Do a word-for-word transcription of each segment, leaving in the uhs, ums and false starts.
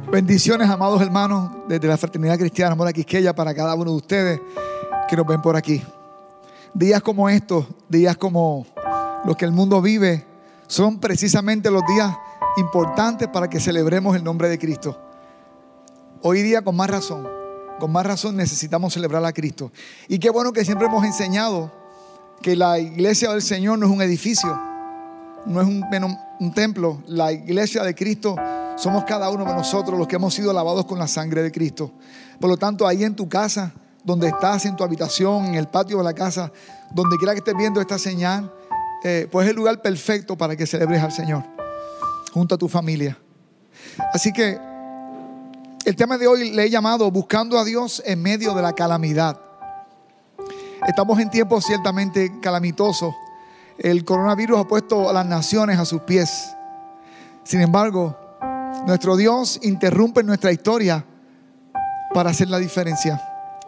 Bendiciones, amados hermanos, desde la Fraternidad Cristiana Amor a Quisqueya para cada uno de ustedes que nos ven por aquí. Días como estos, días como los que el mundo vive, son precisamente los días importantes para que celebremos el nombre de Cristo. Hoy día con más razón, con más razón necesitamos celebrar a Cristo. Y qué bueno que siempre hemos enseñado que la iglesia del Señor no es un edificio, no es un, un templo. La iglesia de Cristo somos cada uno de nosotros los que hemos sido lavados con la sangre de Cristo. Por lo tanto, ahí en tu casa, donde estás, en tu habitación, en el patio de la casa, donde quiera que estés viendo esta señal, eh, pues es el lugar perfecto para que celebres al Señor junto a tu familia. Así que el tema de hoy le he llamado Buscando a Dios en medio de la calamidad. Estamos en tiempos ciertamente calamitosos. El coronavirus ha puesto a las naciones a sus pies. Sin embargo, nuestro Dios interrumpe nuestra historia para hacer la diferencia.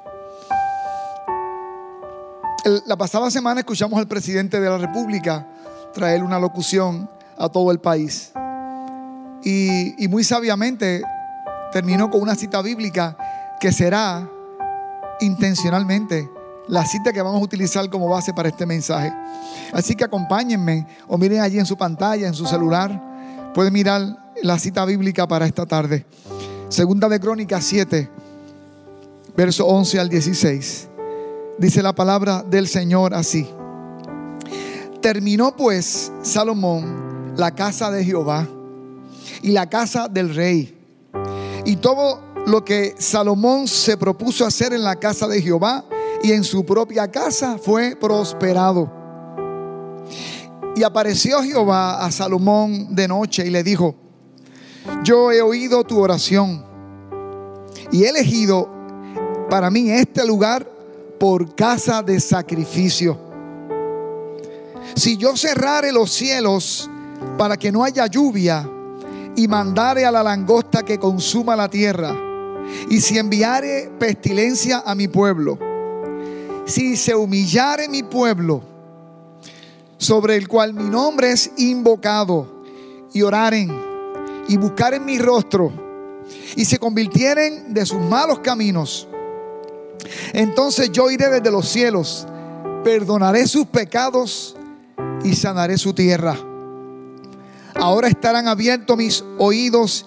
El, la pasada semana escuchamos al presidente de la República traer una locución a todo el país. Y, y muy sabiamente terminó con una cita bíblica que será intencionalmente la cita que vamos a utilizar como base para este mensaje. Así que acompáñenme o miren allí en su pantalla, en su celular. Pueden mirar la cita bíblica para esta tarde. Segunda de Crónicas siete, verso once al dieciséis. Dice la palabra del Señor así: terminó pues Salomón la casa de Jehová y la casa del rey, y todo lo que Salomón se propuso hacer en la casa de Jehová y en su propia casa fue prosperado. Y apareció Jehová a Salomón de noche y le dijo: yo he oído tu oración y he elegido para mí este lugar por casa de sacrificio. Si yo cerrare los cielos para que no haya lluvia, y mandare a la langosta que consuma la tierra, y si enviare pestilencia a mi pueblo, si se humillare mi pueblo, sobre el cual mi nombre es invocado, y oraren y buscaren mi rostro, y se convirtieren de sus malos caminos, entonces yo iré desde los cielos, perdonaré sus pecados y sanaré su tierra. Ahora estarán abiertos mis oídos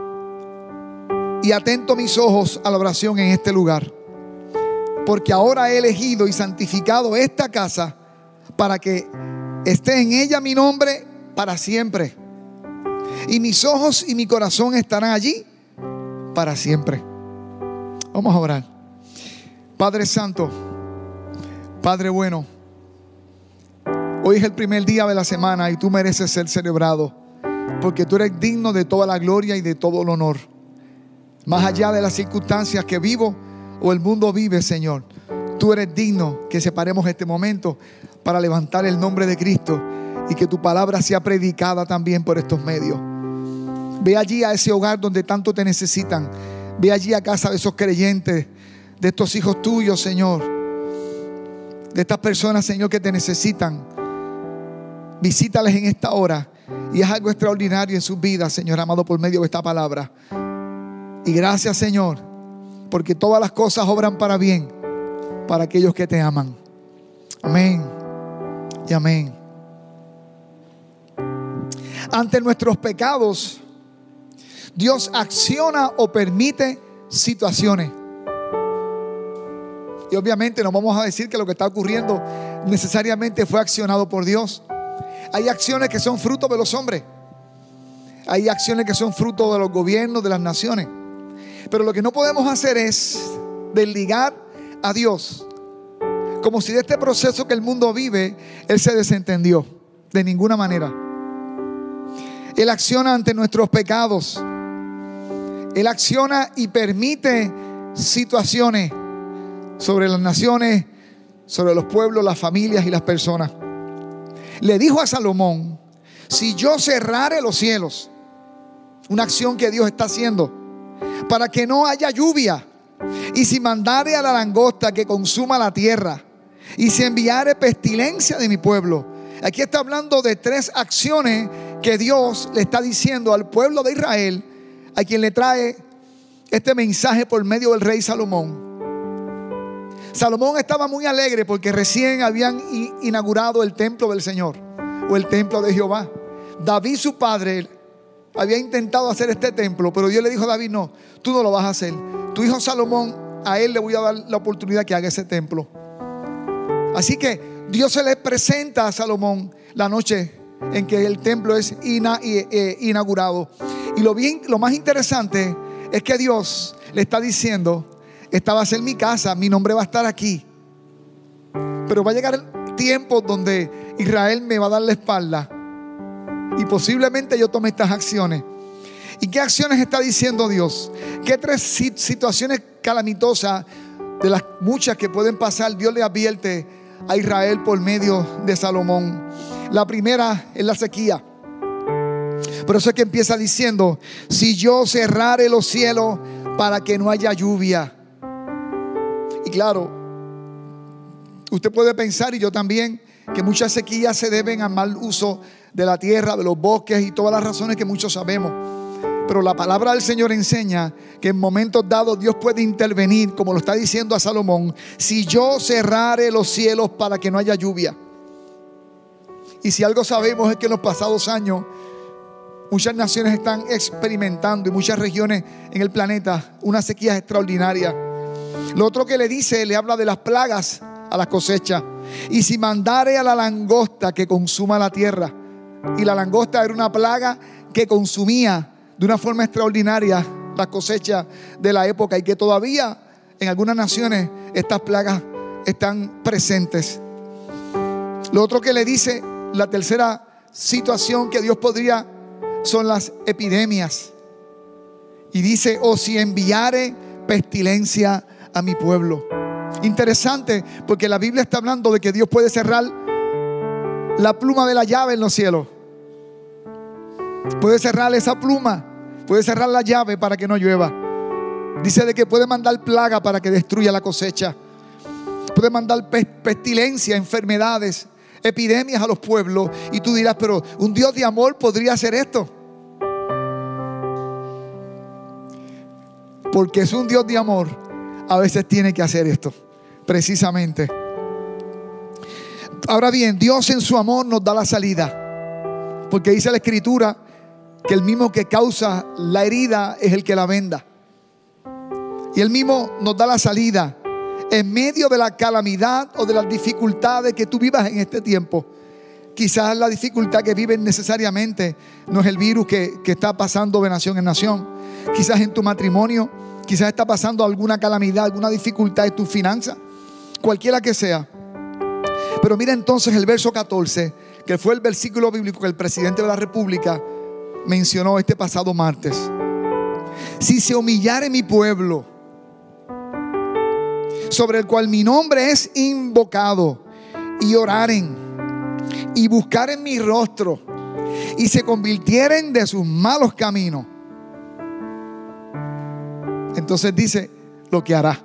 y atentos mis ojos a la oración en este lugar, porque ahora he elegido y santificado esta casa para que esté en ella mi nombre para siempre, y mis ojos y mi corazón estarán allí para siempre. Vamos a orar. Padre Santo, Padre bueno, hoy es el primer día de la semana y tú mereces ser celebrado, porque tú eres digno de toda la gloria y de todo el honor. Más allá de las circunstancias que vivo o el mundo vive, Señor, tú eres digno que separemos este momento para levantar el nombre de Cristo y que tu palabra sea predicada también por estos medios. Ve allí a ese hogar donde tanto te necesitan. Ve allí a casa de esos creyentes, de estos hijos tuyos, Señor, de estas personas, Señor, que te necesitan. Visítales en esta hora y haz algo extraordinario en sus vidas, Señor amado, por medio de esta palabra. Y gracias, Señor, porque todas las cosas obran para bien para aquellos que te aman. Amén y amén. Ante nuestros pecados, Dios acciona o permite situaciones. Y obviamente no vamos a decir que lo que está ocurriendo necesariamente fue accionado por Dios. Hay acciones que son fruto de los hombres. Hay acciones que son fruto de los gobiernos, de las naciones. Pero lo que no podemos hacer es desligar a Dios, como si de este proceso que el mundo vive, Él se desentendió. De ninguna manera. Él acciona ante nuestros pecados. Él acciona y permite situaciones sobre las naciones, sobre los pueblos, las familias y las personas. Le dijo a Salomón: si yo cerrare los cielos, una acción que Dios está haciendo para que no haya lluvia, y si mandare a la langosta que consuma la tierra, y si enviare pestilencia de mi pueblo. Aquí está hablando de tres acciones que Dios le está diciendo al pueblo de Israel a quien le trae este mensaje por medio del rey Salomón. Salomón estaba muy alegre porque recién habían inaugurado el templo del Señor, o el templo de Jehová. David, su padre, había intentado hacer este templo, pero Dios le dijo a David: no, tú no lo vas a hacer. Tu hijo Salomón, a él le voy a dar la oportunidad que haga ese templo. Así que Dios se le presenta a Salomón la noche en que el templo es ina, eh, inaugurado. Y lo, bien, lo más interesante es que Dios le está diciendo: esta va a ser mi casa, mi nombre va a estar aquí, pero va a llegar el tiempo donde Israel me va a dar la espalda y posiblemente yo tome estas acciones. ¿Y qué acciones está diciendo Dios? ¿Qué tres situaciones calamitosas de las muchas que pueden pasar Dios le advierte a Israel por medio de Salomón? La primera es la sequía. Por eso es que empieza diciendo: si yo cerrare los cielos para que no haya lluvia. Y claro, usted puede pensar, y yo también, que muchas sequías se deben al mal uso de la tierra, de los bosques y todas las razones que muchos sabemos. Pero la palabra del Señor enseña que en momentos dados Dios puede intervenir, como lo está diciendo a Salomón: si yo cerrare los cielos para que no haya lluvia. Y si algo sabemos es que en los pasados años muchas naciones están experimentando, y muchas regiones en el planeta, una sequía extraordinaria. Lo otro que le dice, le habla de las plagas a las cosechas. Y si mandare a la langosta que consuma la tierra. Y la langosta era una plaga que consumía de una forma extraordinaria las cosechas de la época, y que todavía en algunas naciones estas plagas están presentes. Lo otro que le dice, la tercera situación que Dios podría, son las epidemias. Y dice: o si enviare pestilencia a mi pueblo. Interesante, porque la Biblia está hablando de que Dios puede cerrar la pluma de la llave en los cielos. Puede cerrar esa pluma, puede cerrar la llave para que no llueva. Dice de que puede mandar plaga para que destruya la cosecha. Puede mandar pestilencia, enfermedades, epidemias a los pueblos. Y tú dirás: pero un Dios de amor podría hacer esto. Porque es un Dios de amor, a veces tiene que hacer esto, precisamente. Ahora bien, Dios en su amor nos da la salida, porque dice la Escritura que el mismo que causa la herida es el que la venda. Y Él mismo nos da la salida en medio de la calamidad o de las dificultades que tú vivas en este tiempo. Quizás la dificultad que vives necesariamente no es el virus que, que está pasando de nación en nación. Quizás en tu matrimonio, quizás está pasando alguna calamidad, alguna dificultad en tus finanzas, cualquiera que sea. Pero mira entonces el verso catorce, que fue el versículo bíblico que el presidente de la República mencionó este pasado martes. Si se humillare mi pueblo, sobre el cual mi nombre es invocado, y oraren y buscaren mi rostro, y se convirtieren de sus malos caminos, entonces dice lo que hará.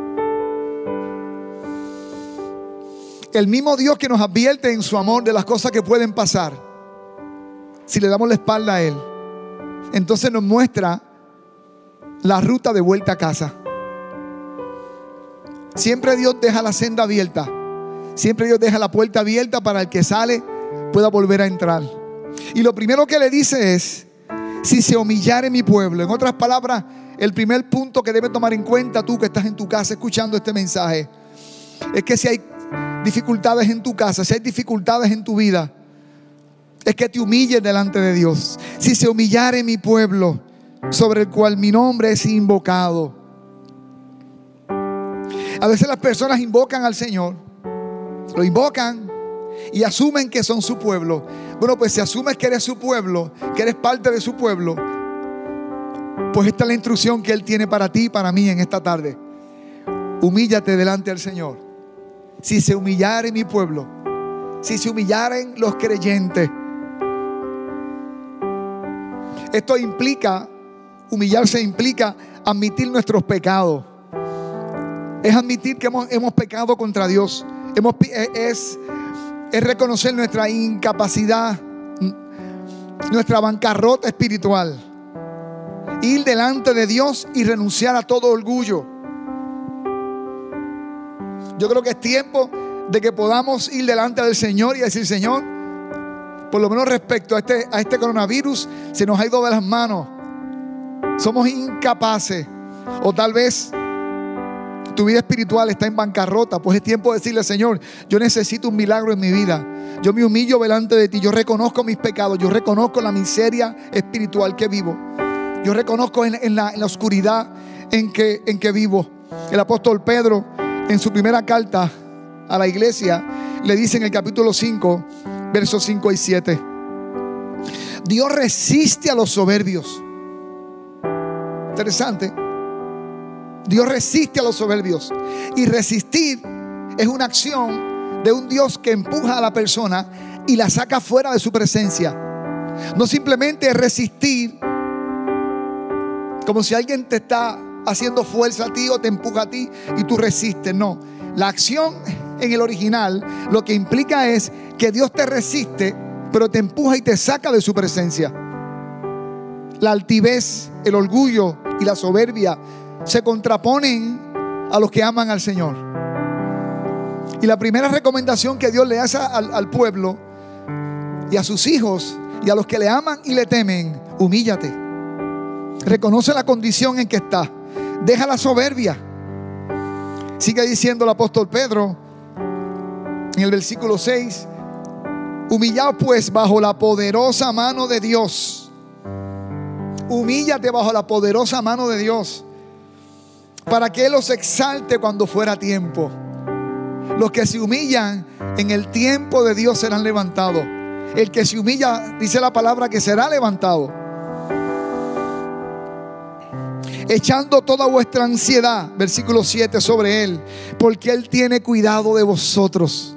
El mismo Dios que nos advierte en su amor de las cosas que pueden pasar, si le damos la espalda a Él, entonces nos muestra la ruta de vuelta a casa. Siempre Dios deja la senda abierta. Siempre Dios deja la puerta abierta para el que sale pueda volver a entrar. Y lo primero que le dice es: si se humillare mi pueblo. En otras palabras, el primer punto que debes tomar en cuenta tú que estás en tu casa escuchando este mensaje, es que si hay dificultades en tu casa, si hay dificultades en tu vida, es que te humilles delante de Dios. Si se humillare mi pueblo, sobre el cual mi nombre es invocado. A veces las personas invocan al Señor, lo invocan y asumen que son su pueblo. Bueno, pues si asumes que eres su pueblo, que eres parte de su pueblo, pues esta es la instrucción que Él tiene para ti y para mí en esta tarde. Humíllate delante del Señor. Si se humillare mi pueblo, si se humillaren los creyentes. Esto implica, humillarse implica admitir nuestros pecados. Es admitir que hemos, hemos pecado contra Dios. Hemos, es, es reconocer nuestra incapacidad, nuestra bancarrota espiritual. ir delante de Dios y renunciar a todo orgullo. Yo creo que es tiempo de que podamos ir delante del Señor y decir: Señor, por lo menos respecto a este, a este coronavirus, se nos ha ido de las manos. Somos incapaces. O tal vez tu vida espiritual está en bancarrota. Pues es tiempo de decirle: Señor, yo necesito un milagro en mi vida. Yo me humillo delante de ti. Yo reconozco mis pecados. Yo reconozco la miseria espiritual que vivo. Yo reconozco en, en, la, en la oscuridad en que, en que vivo. El apóstol Pedro, en su primera carta a la iglesia, le dice en el capítulo cinco, versos cinco y siete: Dios resiste a los soberbios. Interesante. Dios resiste a los soberbios. Y resistir es una acción de un Dios que empuja a la persona y la saca fuera de su presencia. No simplemente resistir como si alguien te está haciendo fuerza a ti o te empuja a ti y tú resistes. No, la acción en el original lo que implica es que Dios te resiste, pero te empuja y te saca de su presencia. La altivez, el orgullo y la soberbia se contraponen a los que aman al Señor. Y la primera recomendación que Dios le hace al, al pueblo y a sus hijos y a los que le aman y le temen: humíllate. Reconoce la condición en que está. Deja la soberbia. Sigue diciendo el apóstol Pedro en el versículo seis: humillaos pues bajo la poderosa mano de Dios. Humíllate bajo la poderosa mano de Dios, para que Él los exalte cuando fuera tiempo. Los que se humillan en el tiempo de Dios serán levantados. El que se humilla, dice la palabra, que será levantado. Echando toda vuestra ansiedad, versículo siete, sobre Él, porque Él tiene cuidado de vosotros.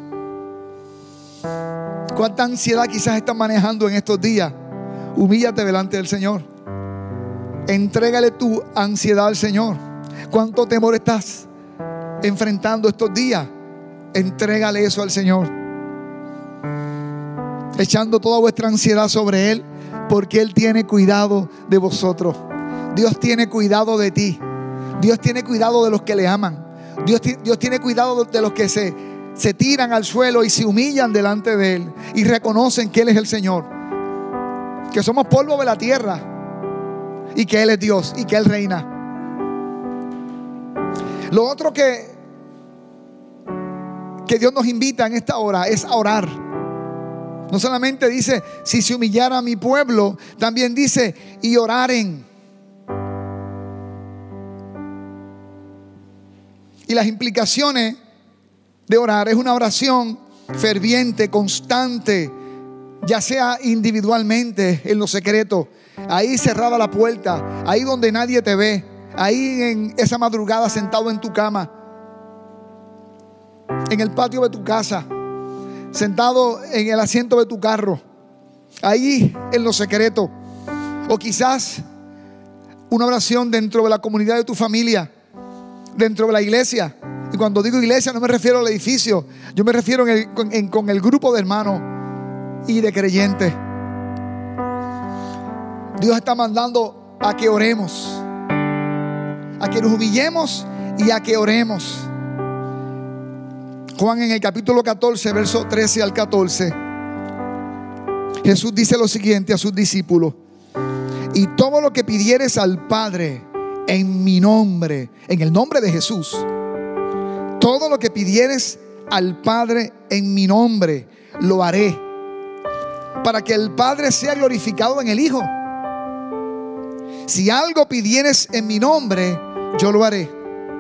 ¿Cuánta ansiedad quizás estás manejando en estos días? Humíllate delante del Señor. Entrégale tu ansiedad al Señor. ¿Cuánto temor estás enfrentando estos días? Entrégale eso al Señor. Echando toda vuestra ansiedad sobre Él, porque Él tiene cuidado de vosotros. Dios tiene cuidado de ti. Dios tiene cuidado de los que le aman. Dios, Dios tiene cuidado de los que se, se tiran al suelo y se humillan delante de Él y reconocen que Él es el Señor, que somos polvo de la tierra y que Él es Dios y que Él reina. Lo otro que que Dios nos invita en esta hora es a orar. No solamente dice: si se humillara mi pueblo, también dice: y oraren. Y las implicaciones de orar es una oración ferviente, constante, ya sea individualmente, en lo secreto, ahí cerrada la puerta, ahí donde nadie te ve, ahí en esa madrugada sentado en tu cama, en el patio de tu casa, sentado en el asiento de tu carro, ahí en lo secreto. O quizás una oración dentro de la comunidad de tu familia, dentro de la iglesia. Y cuando digo iglesia no me refiero al edificio, yo me refiero en el, con, en, con el grupo de hermanos y de creyentes. Dios está mandando a que oremos, a que nos humillemos y a que oremos. Juan, en el capítulo catorce, verso trece al catorce, Jesús dice lo siguiente a sus discípulos: y todo lo que pidieres al Padre en mi nombre, en el nombre de Jesús, todo lo que pidieres al Padre en mi nombre, lo haré, para que el Padre sea glorificado en el Hijo. Si algo pidieres en mi nombre, yo lo haré.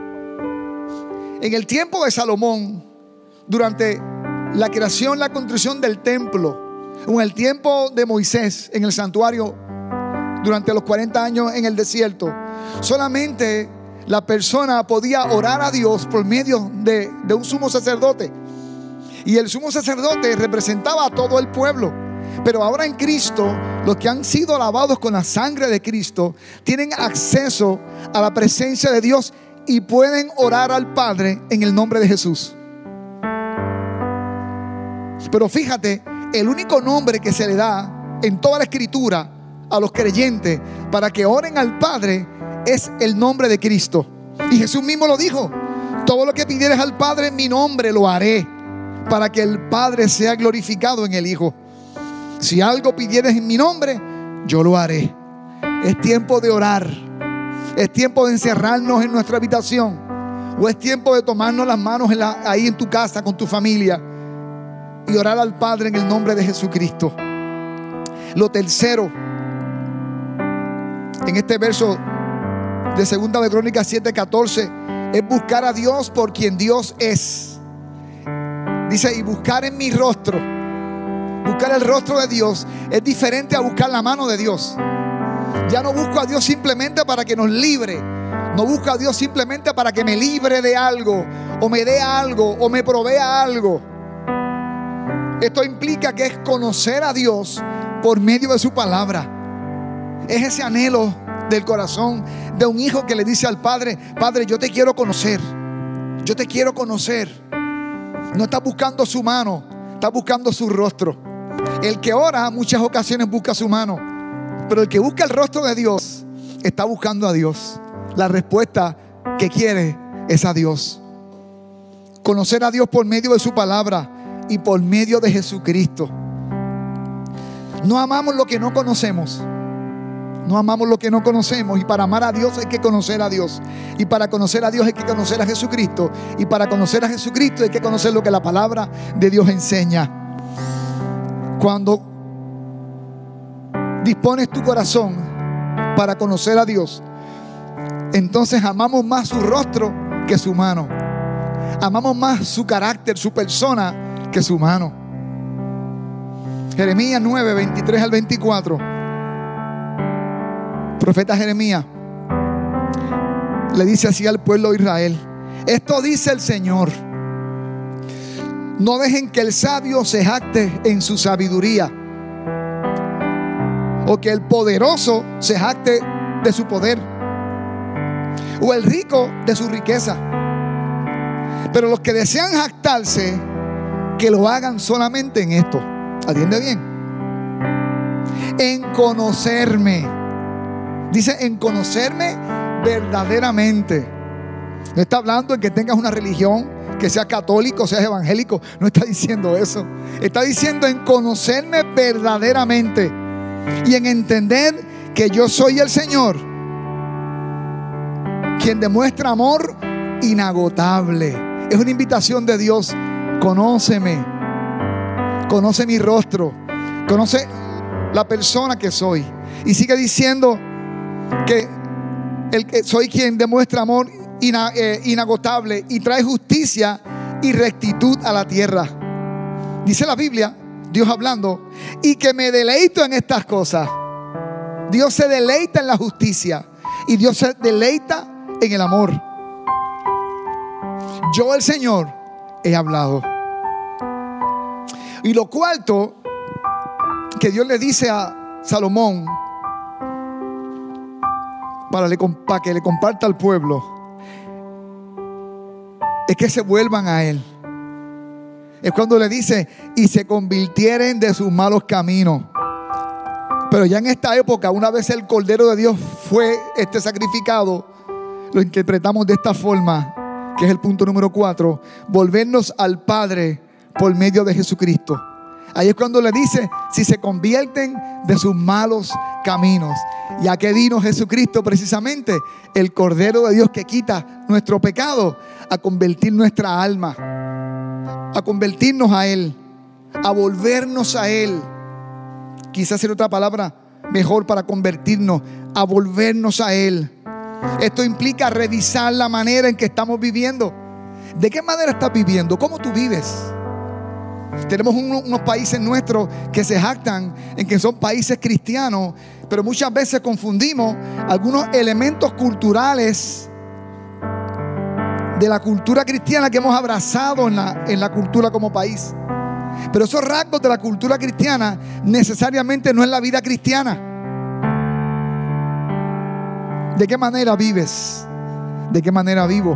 En el tiempo de Salomón, durante la creación, la construcción del templo, en el tiempo de Moisés en el santuario, durante los cuarenta años en el desierto, solamente la persona podía orar a Dios por medio de, de un sumo sacerdote. Y el sumo sacerdote representaba a todo el pueblo. Pero ahora en Cristo, los que han sido lavados con la sangre de Cristo tienen acceso a la presencia de Dios y pueden orar al Padre en el nombre de Jesús. Pero fíjate, el único nombre que se le da en toda la Escritura a los creyentes para que oren al Padre es el nombre de Cristo. Y Jesús mismo lo dijo: todo lo que pidieres al Padre en mi nombre lo haré, para que el Padre sea glorificado en el Hijo. Si algo pidieres en mi nombre, yo lo haré. Es tiempo de orar. Es tiempo de encerrarnos en nuestra habitación, o es tiempo de tomarnos las manos en la, ahí en tu casa con tu familia y orar al Padre en el nombre de Jesucristo. Lo tercero, en este verso de Segunda de Crónicas siete catorce, es buscar a Dios por quien Dios es. Dice: y buscar en mi rostro. Buscar el rostro de Dios es diferente a buscar la mano de Dios. Ya no busco a Dios simplemente para que nos libre. No busco a Dios simplemente para que me libre de algo, o me dé algo, o me provea algo. Esto implica que es conocer a Dios por medio de su palabra. Es ese anhelo del corazón de un hijo que le dice al padre: Padre, yo te quiero conocer. Yo te quiero conocer. No está buscando su mano, está buscando su rostro. El que ora muchas ocasiones busca su mano, pero el que busca el rostro de Dios está buscando a Dios. La respuesta que quiere es a Dios. Conocer a Dios por medio de su palabra y por medio de Jesucristo. No amamos lo que no conocemos. No amamos lo que no conocemos. Y para amar a Dios hay que conocer a Dios. Y para conocer a Dios hay que conocer a Jesucristo. Y para conocer a Jesucristo hay que conocer lo que la palabra de Dios enseña. Cuando dispones tu corazón para conocer a Dios, entonces amamos más su rostro que su mano. Amamos más su carácter, su persona, que su mano. Jeremías nueve, veintitrés al veinticuatro. Profeta Jeremías le dice así al pueblo de Israel: esto dice el Señor: no dejen que el sabio se jacte en su sabiduría, o que el poderoso se jacte de su poder, o el rico de su riqueza. Pero los que desean jactarse, que lo hagan solamente en esto. Atiende bien: en conocerme. Dice: en conocerme verdaderamente. No está hablando en que tengas una religión, que seas católico, seas evangélico. No está diciendo eso. Está diciendo en conocerme verdaderamente y en entender que yo soy el Señor, quien demuestra amor inagotable. Es una invitación de Dios. Conóceme. Conoce mi rostro. Conoce la persona que soy. Y sigue diciendo que el que soy quien demuestra amor ina, eh, inagotable y trae justicia y rectitud a la tierra. Dice la Biblia, Dios hablando, y que me deleito en estas cosas. Dios se deleita en la justicia y Dios se deleita en el amor. Yo, el Señor, he hablado. Y lo cuarto que Dios le dice a Salomón para, le, para que le comparta al pueblo es que se vuelvan a Él. Es cuando le dice: y se convirtieren de sus malos caminos. Pero ya en esta época, una vez el Cordero de Dios fue este sacrificado, lo interpretamos de esta forma, que es el punto número cuatro: volvernos al Padre por medio de Jesucristo. Ahí es cuando le dice: si se convierten de sus malos caminos. Ya que vino Jesucristo, precisamente el Cordero de Dios que quita nuestro pecado, a convertir nuestra alma, a convertirnos a Él, a volvernos a Él. Quizás sea otra palabra mejor para convertirnos, a volvernos a Él. Esto implica revisar la manera en que estamos viviendo. ¿De qué manera estás viviendo? ¿Cómo tú vives? Tenemos un, unos países nuestros que se jactan en que son países cristianos, pero muchas veces confundimos algunos elementos culturales de la cultura cristiana que hemos abrazado en la, en la cultura como país. Pero esos rasgos de la cultura cristiana necesariamente no es la vida cristiana. ¿De qué manera vives? ¿De qué manera vivo?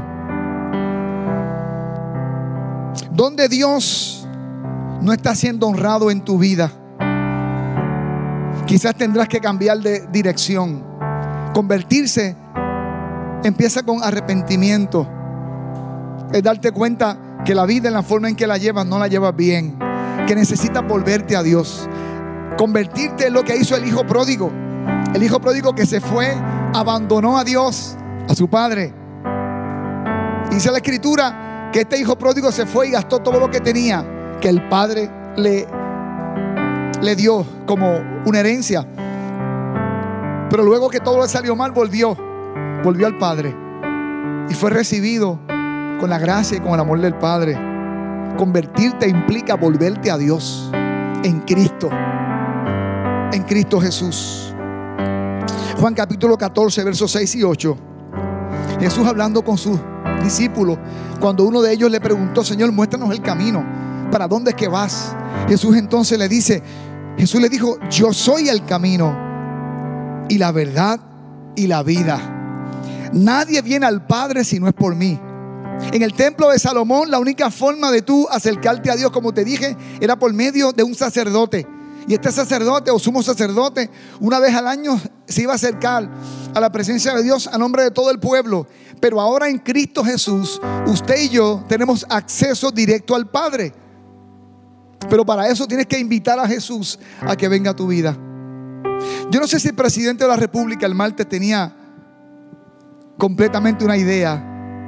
¿Dónde Dios no está siendo honrado en tu vida? Quizás tendrás que cambiar de dirección. Convertirse empieza con arrepentimiento. Es darte cuenta que la vida en la forma en que la llevas no la llevas bien, que necesitas volverte a Dios. Convertirte en lo que hizo el hijo pródigo. El hijo pródigo que se fue, abandonó a Dios, a su padre. Dice la escritura que este hijo pródigo se fue y gastó todo lo que tenía, que el padre le, le dio como una herencia. Pero luego que todo le salió mal, volvió, volvió al padre y fue recibido con la gracia y con el amor del Padre. Convertirte implica volverte a Dios en Cristo, en Cristo Jesús. Juan capítulo catorce, versos seis y ocho. Jesús hablando con sus discípulos, cuando uno de ellos le preguntó: Señor, muéstranos el camino, ¿para dónde es que vas? Jesús entonces le dice, Jesús le dijo: yo soy el camino y la verdad y la vida. Nadie viene al Padre si no es por mí. En el templo de Salomón, la única forma de tú acercarte a Dios, como te dije, era por medio de un sacerdote. Y este sacerdote o sumo sacerdote, una vez al año se iba a acercar a la presencia de Dios a nombre de todo el pueblo. Pero ahora en Cristo Jesús, usted y yo tenemos acceso directo al Padre. Pero para eso tienes que invitar a Jesús a que venga a tu vida. Yo no sé si el presidente de la República el martes tenía completamente una idea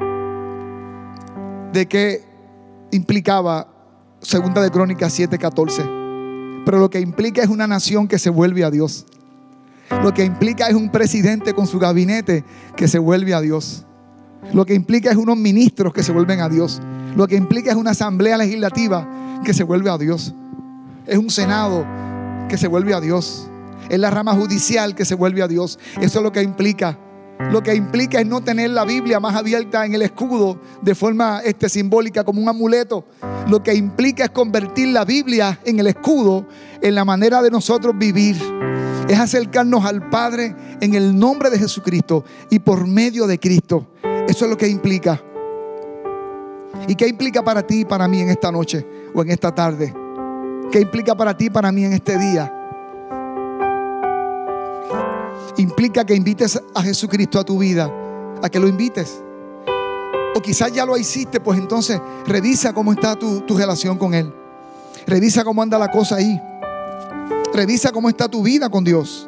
de qué implicaba Segunda de Crónicas siete catorce. Pero lo que implica es una nación que se vuelve a Dios. Lo que implica es un presidente con su gabinete que se vuelve a Dios. Lo que implica es unos ministros que se vuelven a Dios. Lo que implica es una asamblea legislativa que se vuelve a Dios. Es un senado que se vuelve a Dios. Es la rama judicial que se vuelve a Dios. Eso es lo que implica. Lo que implica es no tener la Biblia más abierta en el escudo de forma este, simbólica como un amuleto. Lo que implica es convertir la Biblia en el escudo, en la manera de nosotros vivir. Es acercarnos al Padre en el nombre de Jesucristo y por medio de Cristo. Eso es lo que implica. ¿Y qué implica para ti y para mí en esta noche o en esta tarde? ¿Qué implica para ti y para mí en este día? Implica que invites a Jesucristo a tu vida, a que lo invites. O quizás ya lo hiciste, pues entonces revisa cómo está tu, tu relación con Él. Revisa cómo anda la cosa ahí. Revisa cómo está tu vida con Dios.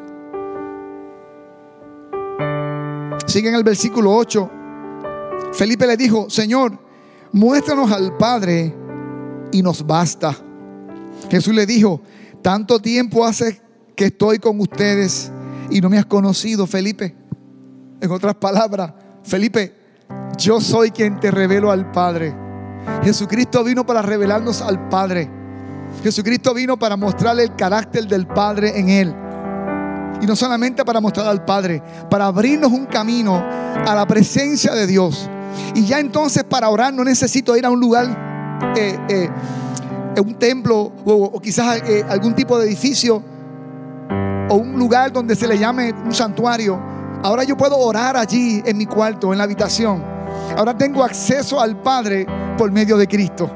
Sigue en el versículo ocho. Felipe le dijo: Señor, muéstranos al Padre y nos basta. Jesús le dijo: tanto tiempo hace que estoy con ustedes y no me has conocido, Felipe. En otras palabras, Felipe, yo soy quien te revelo al Padre. Jesucristo vino para revelarnos al Padre. Jesucristo vino para mostrarle el carácter del Padre en Él. Y no solamente para mostrar al Padre, para abrirnos un camino a la presencia de Dios. Y ya entonces para orar no necesito ir a un lugar, eh, eh, un templo o, o quizás eh, algún tipo de edificio o un lugar donde se le llame un santuario. Ahora yo puedo orar allí en mi cuarto, en la habitación. Ahora tengo acceso al Padre por medio de Cristo.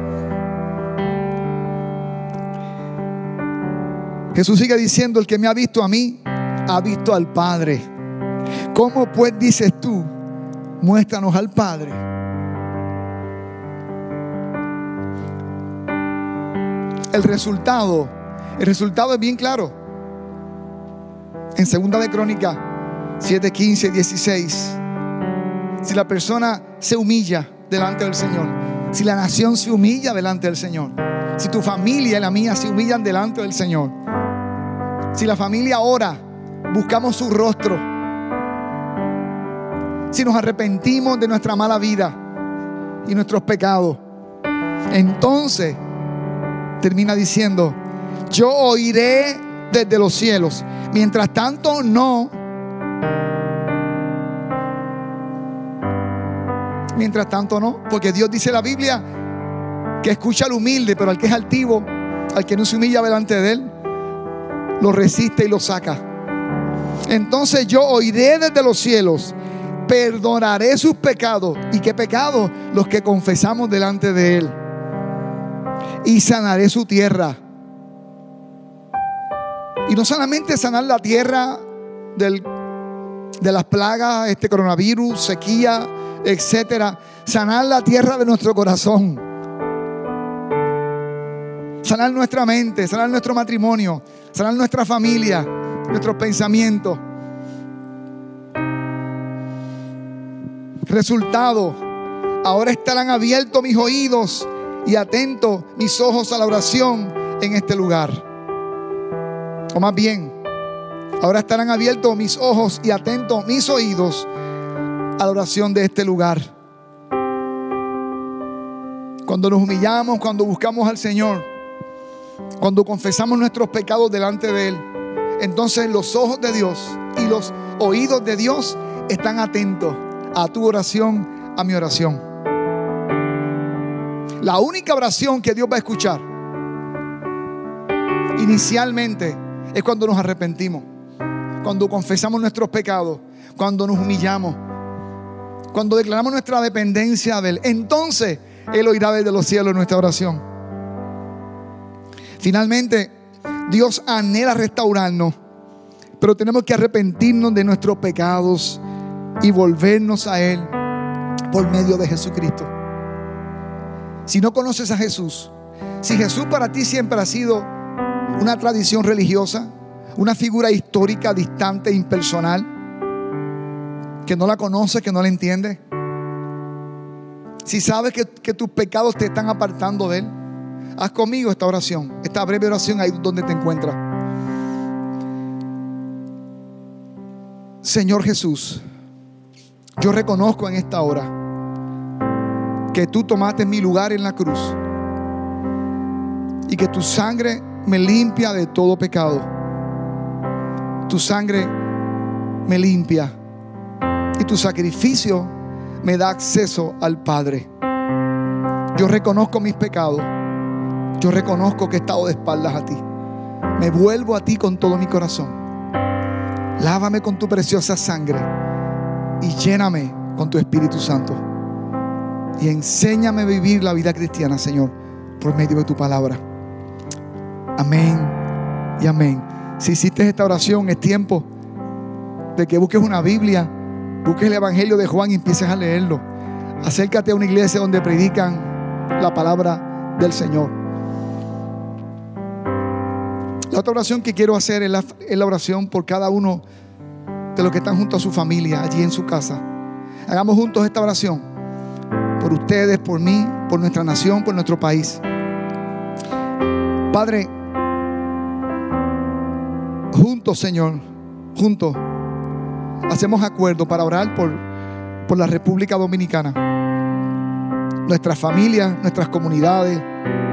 Jesús sigue diciendo: el que me ha visto a mí, ha visto al Padre. ¿Cómo pues dices tú, muéstranos al Padre? El resultado, el resultado es bien claro. En Segunda de Crónicas siete, quince y dieciséis. Si la persona se humilla delante del Señor, si la nación se humilla delante del Señor, si tu familia y la mía se humillan delante del Señor, si la familia ora, buscamos su rostro, si nos arrepentimos de nuestra mala vida y nuestros pecados, entonces termina diciendo: yo oiré desde los cielos. Mientras tanto, no. Mientras tanto, no. Porque Dios dice en la Biblia que escucha al humilde, pero al que es altivo, al que no se humilla delante de Él, lo resiste y lo saca. Entonces yo oiré desde los cielos, perdonaré sus pecados. ¿Y qué pecados? Los que confesamos delante de Él. Y sanaré su tierra. Y no solamente sanar la tierra del, de las plagas, este coronavirus, sequía, etcétera. Sanar la tierra de nuestro corazón. Sanar nuestra mente, sanar nuestro matrimonio, sanar nuestra familia, nuestros pensamientos. Resultado: ahora estarán abiertos mis oídos y atentos mis ojos a la oración en este lugar. O más bien, ahora estarán abiertos mis ojos y atentos mis oídos a la oración de este lugar. Cuando nos humillamos, cuando buscamos al Señor, cuando confesamos nuestros pecados delante de Él, entonces los ojos de Dios y los oídos de Dios están atentos a tu oración, a mi oración. La única oración que Dios va a escuchar inicialmente es cuando nos arrepentimos, cuando confesamos nuestros pecados, cuando nos humillamos, cuando declaramos nuestra dependencia de Él. Entonces Él oirá desde los cielos nuestra oración. Finalmente, Dios anhela restaurarnos, pero tenemos que arrepentirnos de nuestros pecados y volvernos a Él por medio de Jesucristo. Si no conoces a Jesús, si Jesús para ti siempre ha sido una tradición religiosa, una figura histórica, distante, impersonal, que no la conoces, que no la entiendes, si sabes que, que tus pecados te están apartando de Él, haz conmigo esta oración, esta breve oración ahí donde te encuentras. Señor Jesús, yo reconozco en esta hora que tú tomaste mi lugar en la cruz y que tu sangre me limpia de todo pecado. Tu sangre me limpia y tu sacrificio me da acceso al Padre. Yo reconozco mis pecados. Yo reconozco que he estado de espaldas a ti. Me vuelvo a ti con todo mi corazón. Lávame con tu preciosa sangre y lléname con tu Espíritu Santo. Y enséñame a vivir la vida cristiana, Señor, por medio de tu palabra. Amén y amén. Si hiciste esta oración, es tiempo de que busques una Biblia, busques el Evangelio de Juan y empieces a leerlo. Acércate a una iglesia donde predican la palabra del Señor. La otra oración que quiero hacer es la, es la oración por cada uno de los que están junto a su familia, allí en su casa. Hagamos juntos esta oración. Por ustedes, por mí, por nuestra nación, por nuestro país. Padre, juntos, Señor, juntos, hacemos acuerdo para orar por, por la República Dominicana. Nuestras familias, nuestras comunidades.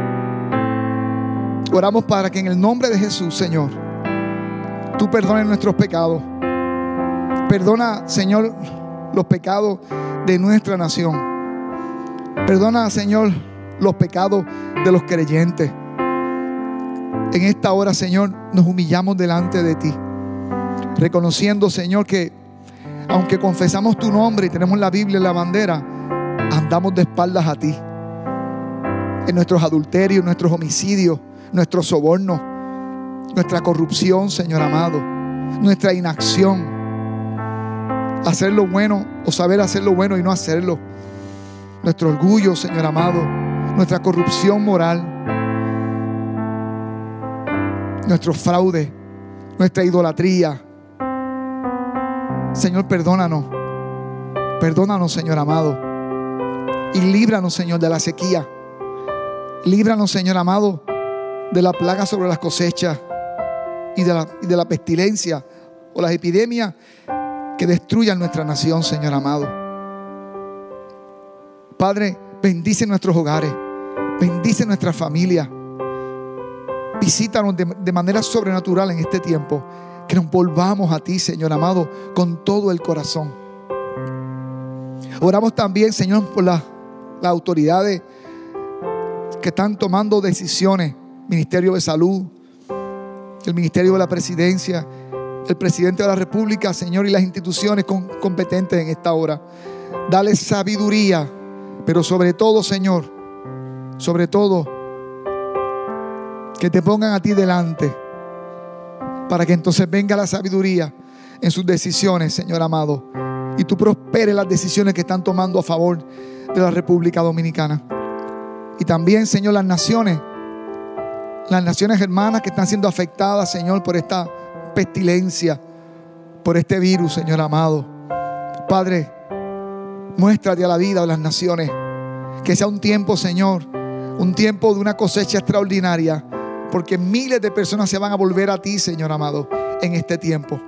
Oramos para que en el nombre de Jesús, Señor, tú perdones nuestros pecados. Perdona, Señor, los pecados de nuestra nación. Perdona, Señor, los pecados de los creyentes. En esta hora, Señor, nos humillamos delante de ti, reconociendo, Señor, que aunque confesamos tu nombre y tenemos la Biblia en la bandera, andamos de espaldas a ti. En nuestros adulterios, nuestros homicidios, nuestros sobornos, nuestra corrupción, Señor amado, nuestra inacción, hacer lo bueno o saber hacer lo bueno y no hacerlo, nuestro orgullo, Señor amado, nuestra corrupción moral, nuestro fraude, nuestra idolatría. Señor, perdónanos, perdónanos, Señor amado, y líbranos, Señor, de la sequía. Líbranos, Señor amado, de la plaga sobre las cosechas y de la, y de la pestilencia o las epidemias que destruyan nuestra nación, Señor amado. Padre, bendice nuestros hogares, bendice nuestra familia. Visítanos de, de manera sobrenatural en este tiempo. Que nos volvamos a ti, Señor amado, con todo el corazón. Oramos también, Señor, por la, las autoridades que están tomando decisiones. Ministerio de Salud, el Ministerio de la Presidencia, el Presidente de la República, Señor, y las instituciones con, competentes en esta hora. Dale sabiduría, pero sobre todo, Señor, sobre todo, que te pongan a ti delante para que entonces venga la sabiduría en sus decisiones, Señor amado, y tú prosperes las decisiones que están tomando a favor de la República Dominicana. Y también, Señor, las naciones, las naciones hermanas que están siendo afectadas, Señor, por esta pestilencia, por este virus, Señor amado. Padre, muéstrate a la vida de las naciones, que sea un tiempo, Señor, un tiempo de una cosecha extraordinaria, porque miles de personas se van a volver a ti, Señor amado, en este tiempo.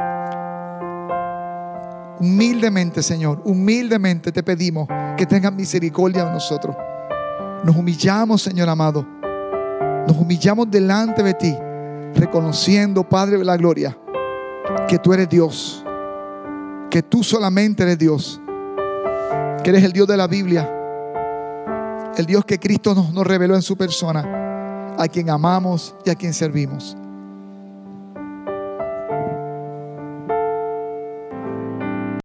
Humildemente, Señor, humildemente te pedimos que tengas misericordia de nosotros. Nos humillamos, Señor amado. Nos humillamos delante de ti, reconociendo, Padre de la gloria, que tú eres Dios, que tú solamente eres Dios, que eres el Dios de la Biblia, el Dios que Cristo nos, nos reveló en su persona, a quien amamos y a quien servimos.